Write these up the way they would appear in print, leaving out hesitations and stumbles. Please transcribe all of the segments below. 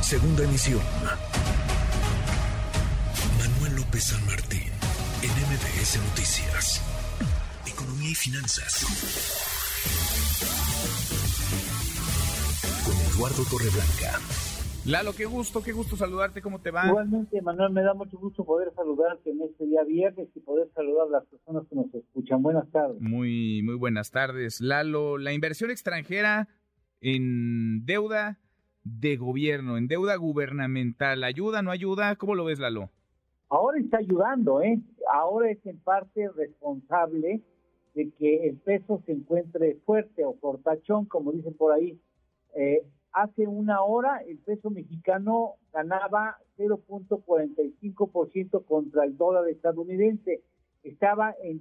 Segunda emisión. Manuel López San Martín, en MBS Noticias. Economía y finanzas. Con Eduardo Torreblanca. Lalo, qué gusto saludarte, ¿cómo te va? Igualmente, Manuel, me da mucho gusto poder saludarte en este día viernes y poder saludar a las personas que nos escuchan. Buenas tardes. Muy buenas tardes. Lalo, la inversión extranjera en deuda de gobierno, en deuda gubernamental, ¿ayuda, no ayuda? ¿Cómo lo ves, Lalo? Ahora está ayudando, Ahora es en parte responsable de que el peso se encuentre fuerte o fortachón, como dicen por ahí. Hace una hora el peso mexicano ganaba 0.45% contra el dólar estadounidense. Estaba en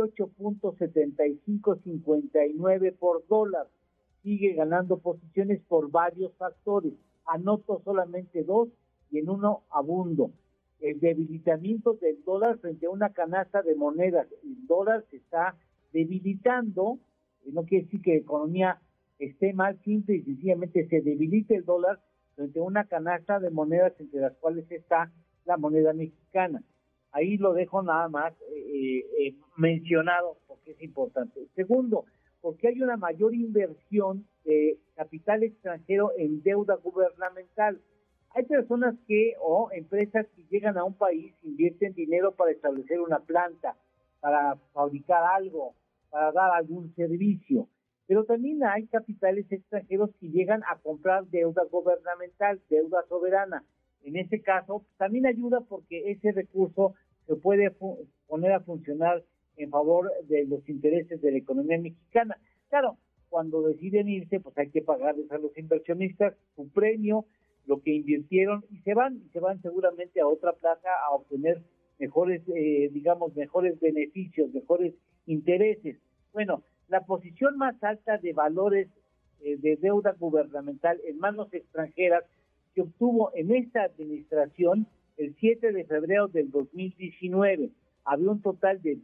18.7559 por dólar. Sigue ganando posiciones por varios factores. Anoto solamente dos y en uno abundo. El debilitamiento del dólar frente a una canasta de monedas. El dólar se está debilitando. No quiere decir que la economía esté mal, simple y sencillamente se debilita el dólar frente a una canasta de monedas entre las cuales está la moneda mexicana. Ahí lo dejo nada más mencionado porque es importante. Segundo, porque hay una mayor inversión de capital extranjero en deuda gubernamental. Hay personas o empresas que llegan a un país, invierten dinero para establecer una planta, para fabricar algo, para dar algún servicio. Pero también hay capitales extranjeros que llegan a comprar deuda gubernamental, deuda soberana. En este caso, también ayuda porque ese recurso se puede poner a funcionar en favor de los intereses de la economía mexicana. Claro, cuando deciden irse, pues hay que pagarles a los inversionistas su premio, lo que invirtieron, y se van seguramente a otra plaza a obtener mejores beneficios, mejores intereses. Bueno, la posición más alta de valores de deuda gubernamental en manos extranjeras que obtuvo en esta administración el 7 de febrero del 2019. Había un total de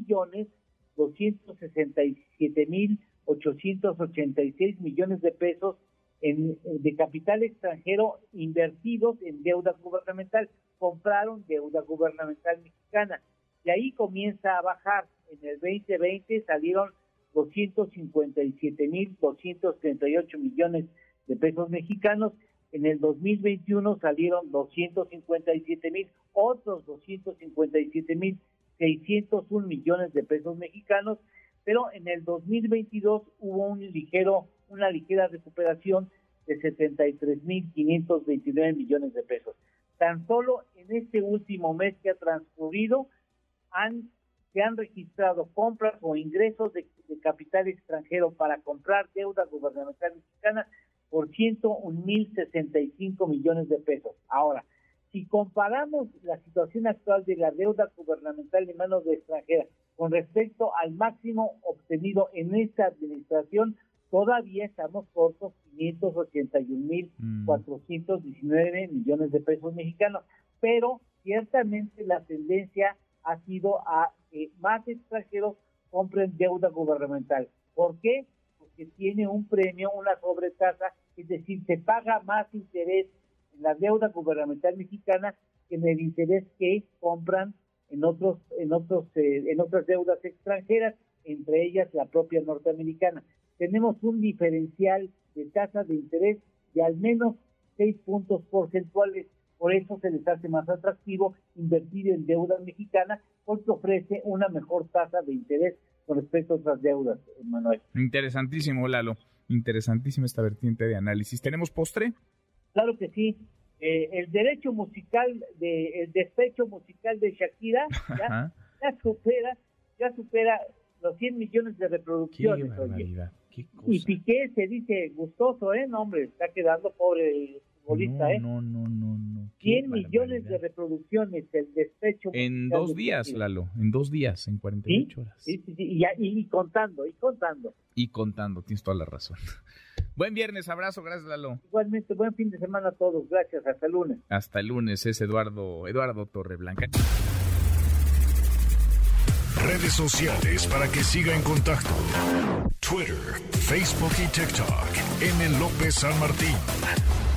2.267.886 millones de pesos de capital extranjero invertidos en deuda gubernamental. Compraron deuda gubernamental mexicana. Y ahí comienza a bajar. En el 2020 salieron 257.238 millones de pesos mexicanos. En el 2021 salieron 257.000, otros 257.601 millones de pesos mexicanos, pero en el 2022 hubo una ligera recuperación de 73.529 millones de pesos. Tan solo en este último mes que ha transcurrido se han registrado compras o ingresos de capital extranjero para comprar deuda gubernamental mexicana por 101.065 millones de pesos. Ahora, si comparamos la situación actual de la deuda gubernamental en manos de extranjeras con respecto al máximo obtenido en esta administración, todavía estamos cortos 581.419 millones de pesos mexicanos, pero ciertamente la tendencia ha sido a que más extranjeros compren deuda gubernamental. ¿Por qué? Porque tiene un premio, una sobretasa, es decir, se paga más interés en la deuda gubernamental mexicana que en el interés que compran en otras deudas extranjeras, entre ellas la propia norteamericana. Tenemos un diferencial de tasa de interés de al menos 6 puntos porcentuales. Por eso se les hace más atractivo invertir en deuda mexicana, porque ofrece una mejor tasa de interés con respecto a otras deudas, Manuel. Interesantísimo, Lalo. Interesantísima esta vertiente de análisis. ¿Tenemos postre? Claro que sí. El despecho musical de Shakira ya supera los 100 millones de reproducciones. Qué barbaridad. Qué cosa. Y Piqué se dice gustoso, no, hombre, está quedando pobre futbolista, No. 100 millones de reproducciones, el despecho. En 2 días, Lalo, en 2 días, en 48 horas. Sí, y contando. Y contando, tienes toda la razón. Buen viernes, abrazo, gracias, Lalo. Igualmente, buen fin de semana a todos, gracias, hasta el lunes. Hasta el lunes, es Eduardo Torreblanca. Redes sociales para que siga en contacto: Twitter, Facebook y TikTok. M. López San Martín.